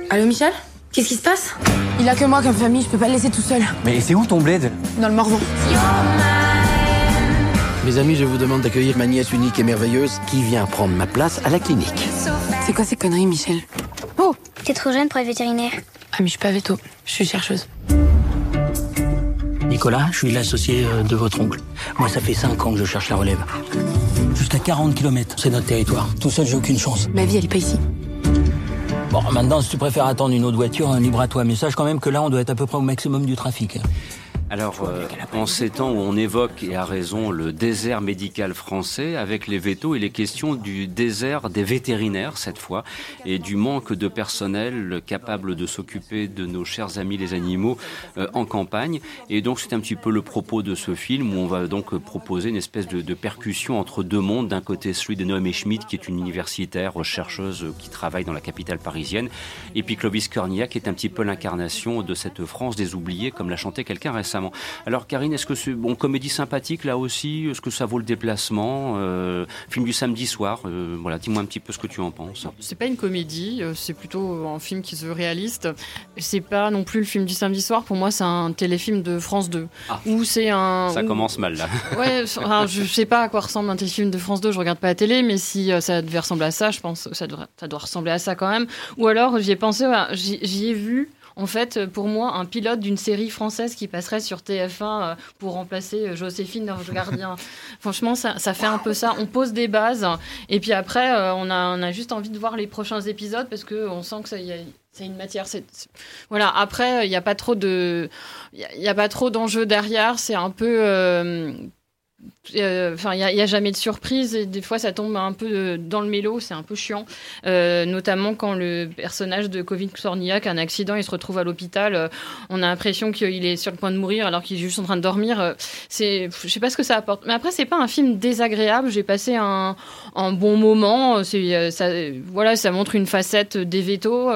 Allô Michel ? Qu'est-ce qui se passe ? Il a que moi comme famille, je peux pas le laisser tout seul. Mais c'est où ton bled ? Dans le Morvan. Mes amis, je vous demande d'accueillir ma nièce unique et merveilleuse qui vient prendre ma place à la clinique. C'est quoi ces conneries, Michel ? Oh, t'es trop jeune pour être vétérinaire. Ah mais je suis pas veto, je suis chercheuse. Nicolas, je suis l'associé de votre oncle. Moi, ça fait 5 ans que je cherche la relève. Jusqu'à 40 km, c'est notre territoire. Tout seul, j'ai aucune chance. Ma vie, elle est pas ici. Bon, maintenant, si tu préfères attendre une autre voiture, libre à toi. Mais sache quand même que là, on doit être à peu près au maximum du trafic. Alors, en ces temps où on évoque, et à raison, le désert médical français, avec les vétos, il est question du désert des vétérinaires, cette fois, et du manque de personnel capable de s'occuper de nos chers amis les animaux en campagne. Et donc, c'est un petit peu le propos de ce film, où on va donc proposer une espèce de percussion entre deux mondes. D'un côté, celui de Noémie Schmidt, qui est une universitaire, chercheuse, qui travaille dans la capitale parisienne, et puis Clovis Cornillac, qui est un petit peu l'incarnation de cette France des oubliés, comme l'a chanté quelqu'un récemment. Alors Karine, est-ce que c'est comédie sympathique là aussi ? Est-ce que ça vaut le déplacement ? Film du samedi soir, voilà, dis-moi un petit peu ce que tu en penses. C'est pas une comédie, c'est plutôt un film qui se veut réaliste. C'est pas non plus le film du samedi soir, pour moi c'est un téléfilm de France 2. Où c'est un... Ça commence mal là. Ouais, enfin, je sais pas à quoi ressemble un téléfilm de France 2, je regarde pas la télé, mais si ça devait ressembler à ça, je pense que ça doit ressembler à ça quand même. Ou alors j'y ai pensé, j'y ai vu... En fait, pour moi, un pilote d'une série française qui passerait sur TF1 pour remplacer Joséphine l'Ange Gardien. Franchement, ça fait un peu ça. On pose des bases et puis après, on a juste envie de voir les prochains épisodes parce qu'on sent que c'est une matière. Voilà. Après, il n'y a pas trop d'enjeux derrière. C'est un peu... il y a jamais de surprise et des fois ça tombe un peu dans le mélo, c'est un peu chiant, notamment quand le personnage de Clovis Cornillac a un accident, il se retrouve à l'hôpital, on a l'impression qu'il est sur le point de mourir alors qu'il est juste en train de dormir. Je sais pas ce que ça apporte, mais après c'est pas un film désagréable, j'ai passé un bon moment. Ça montre une facette des vétos.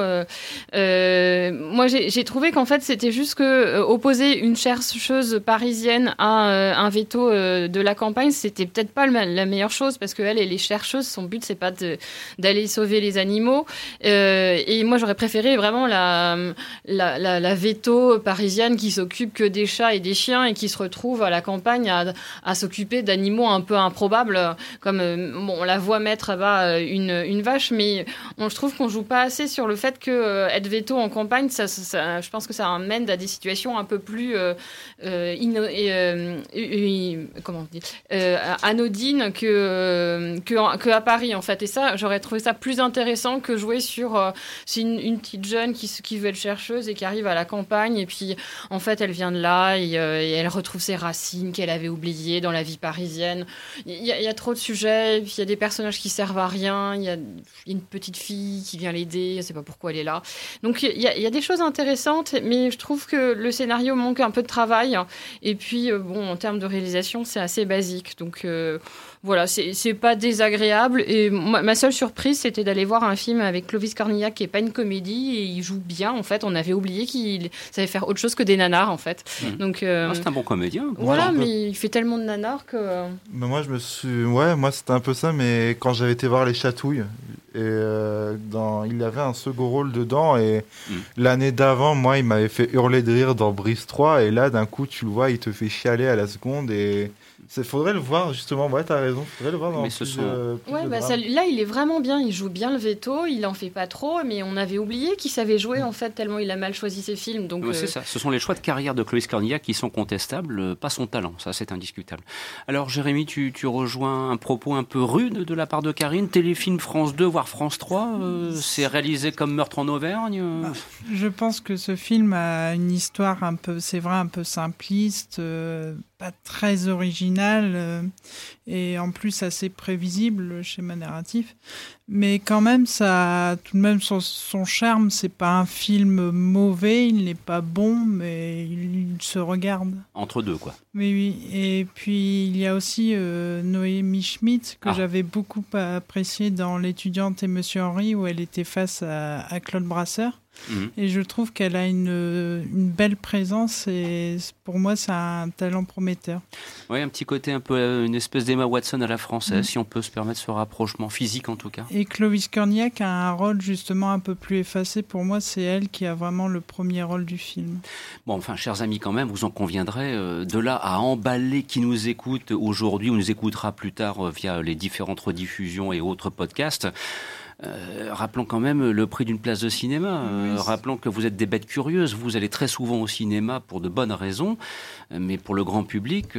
Moi j'ai trouvé qu'en fait c'était juste que opposer une chercheuse parisienne à un véto de la campagne, c'était peut-être pas la meilleure chose parce qu'elle est chercheuse, son but c'est pas d'aller sauver les animaux, et moi j'aurais préféré vraiment la véto parisienne qui s'occupe que des chats et des chiens et qui se retrouve à la campagne à s'occuper d'animaux un peu improbables comme on la voit mettre là-bas une vache, mais je trouve qu'on joue pas assez sur le fait que être véto en campagne, ça, je pense que ça amène à des situations un peu plus anodine que à Paris en fait, et ça j'aurais trouvé ça plus intéressant que jouer sur c'est une petite jeune qui veut être chercheuse et qui arrive à la campagne et puis en fait elle vient de là et elle retrouve ses racines qu'elle avait oubliées dans la vie parisienne. Il y a trop de sujets, et puis il y a des personnages qui servent à rien, il y a une petite fille qui vient l'aider, je sais pas pourquoi elle est là, donc il y a des choses intéressantes, mais je trouve que le scénario manque un peu de travail, et puis en termes de réalisation c'est assez basique, donc voilà, c'est pas désagréable, et ma seule surprise c'était d'aller voir un film avec Clovis Cornillac qui est pas une comédie, et il joue bien en fait, on avait oublié qu'il savait faire autre chose que des nanars en fait. Donc c'est un bon comédien. Voilà, mais il fait tellement de nanars que... Mais moi moi c'était un peu ça, mais quand j'avais été voir Les Chatouilles, et il avait un second rôle dedans, et l'année d'avant, moi il m'avait fait hurler de rire dans Brise 3, et là d'un coup tu le vois, il te fait chialer à la seconde, et faudrait le voir justement. Ouais, t'as raison, faudrait le voir dans là il est vraiment bien, il joue bien le véto, il en fait pas trop, mais on avait oublié qu'il savait jouer en fait, tellement il a mal choisi ses films, donc c'est ça, ce sont les choix de carrière de Clovis Cornillac qui sont contestables, pas son talent, ça c'est indiscutable. Alors Jérémy, tu rejoins un propos un peu rude de la part de Karine, téléfilm France 2 voire France 3, c'est réalisé comme Meurtre en Auvergne. Je pense que ce film a une histoire un peu simpliste, pas très original, et en plus assez prévisible, le schéma narratif. Mais quand même, ça a tout de même son charme. C'est pas un film mauvais, il n'est pas bon, mais il se regarde. Entre deux, quoi. Oui. Et puis, il y a aussi Noémie Schmidt, que j'avais beaucoup apprécié dans L'étudiante et Monsieur Henry, où elle était face à Claude Brasseur. Et je trouve qu'elle a une belle présence et pour moi, c'est un talent prometteur. Oui, un petit côté un peu une espèce d'Emma Watson à la française, si on peut se permettre ce rapprochement physique en tout cas. Et Clovis Cornillac a un rôle justement un peu plus effacé. Pour moi, c'est elle qui a vraiment le premier rôle du film. Bon, enfin, chers amis, quand même, vous en conviendrez, de là à emballer qui nous écoute aujourd'hui ou nous écoutera plus tard via les différentes rediffusions et autres podcasts. Rappelons quand même le prix d'une place de cinéma. Rappelons que vous êtes des bêtes curieuses. Vous allez très souvent au cinéma pour de bonnes raisons. Mais pour le grand public,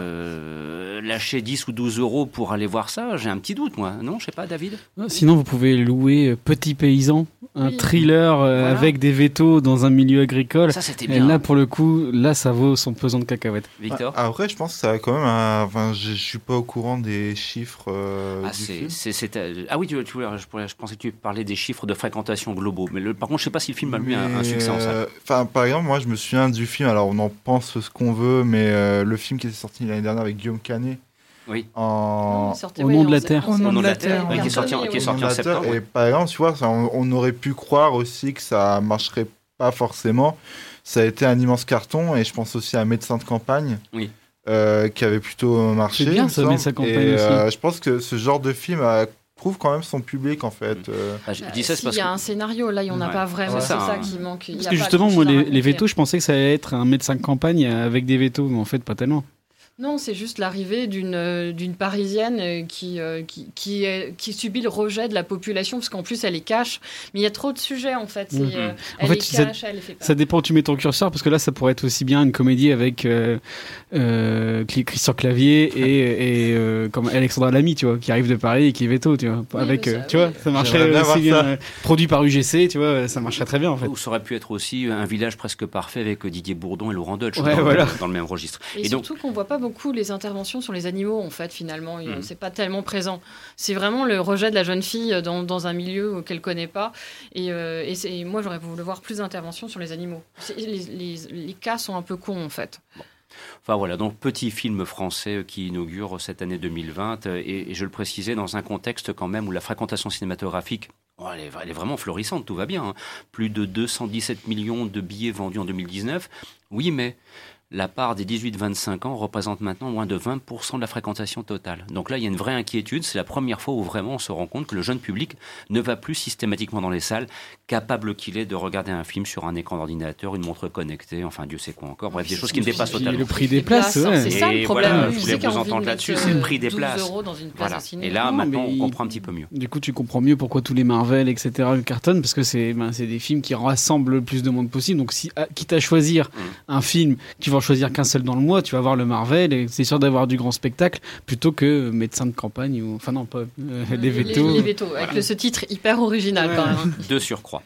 lâcher 10 ou 12 euros pour aller voir ça, j'ai un petit doute, moi. Non, je sais pas, David ? Sinon, vous pouvez louer Petit Paysan, un thriller avec des vétos dans un milieu agricole. Ça, c'était bien. Et là, pour le coup, là, ça vaut son pesant de cacahuètes. Victor ? Après, je pense que ça a quand même Enfin, je suis pas au courant des chiffres du film. Ah oui, je pensais que tu parlais des chiffres de fréquentation globaux. Mais par contre, je sais pas si le film a eu un succès en salle. Par exemple, moi, je me souviens du film. Alors, on en pense ce qu'on veut, mais le film qui était sorti l'année dernière avec Guillaume Canet. Oui. Au nom de la Terre. Au nom de la Terre, qui est sorti en septembre. Et par exemple, tu vois, on aurait pu croire aussi que ça marcherait pas forcément. Ça a été un immense carton, et je pense aussi à Médecin de campagne. Oui. Qui avait plutôt marché. C'est bien ça, Médecin de campagne aussi. Je pense que ce genre de film trouve quand même son public en fait. Je dis ça, c'est parce qu'il y a un scénario, là, il n'y en a pas vraiment. C'est ça qui manque. Parce que justement, moi, les vétos, je pensais que ça allait être un médecin de campagne avec des vétos, mais en fait, pas tellement. Non, c'est juste l'arrivée d'une Parisienne qui subit le rejet de la population, parce qu'en plus, elle est cash. Mais il y a trop de sujets, en fait. Elle est cash, elle les fait pas. Ça dépend où tu mets ton curseur, parce que là, ça pourrait être aussi bien une comédie avec Christian Clavier et comme Alexandra Lamy, tu vois, qui arrive de Paris et qui est veto, tu vois. Avec, tu vois, ça marcherait aussi bien. Produit par UGC, tu vois, ça marcherait très bien, en fait. Ou ça aurait pu être aussi Un village presque parfait avec Didier Bourdon et Laurent Deutsch dans le même registre. Et surtout qu'on voit pas beaucoup les interventions sur les animaux, en fait, finalement. C'est pas tellement présent. C'est vraiment le rejet de la jeune fille dans un milieu qu'elle connaît pas. Et moi, j'aurais voulu voir plus d'interventions sur les animaux. Les cas sont un peu cons, en fait. Bon. Enfin voilà, donc petit film français qui inaugure cette année 2020 et je le précisais dans un contexte quand même où la fréquentation cinématographique elle est vraiment florissante, tout va bien. Hein. Plus de 217 millions de billets vendus en 2019. Oui, mais la part des 18-25 ans représente maintenant moins de 20% de la fréquentation totale. Donc là, il y a une vraie inquiétude. C'est la première fois où vraiment on se rend compte que le jeune public ne va plus systématiquement dans les salles, capable qu'il est de regarder un film sur un écran d'ordinateur, une montre connectée, enfin Dieu sait quoi encore. Bref, des choses qui me dépassent totalement. Le prix des places, c'est ça le problème. Voilà, je voulais vous entendre là-dessus, c'est le prix des places. Voilà. Et là, maintenant, on comprend un petit peu mieux. Du coup, tu comprends mieux pourquoi tous les Marvel, etc., cartonnent, parce que c'est des films qui rassemblent le plus de monde possible. Donc, quitte à choisir un film, tu vas en choisir qu'un seul dans le mois, tu vas voir le Marvel et c'est sûr d'avoir du grand spectacle plutôt que Médecin de campagne ou enfin non pas les vétos. Les vétos avec ce titre hyper original quand même. De surcroît.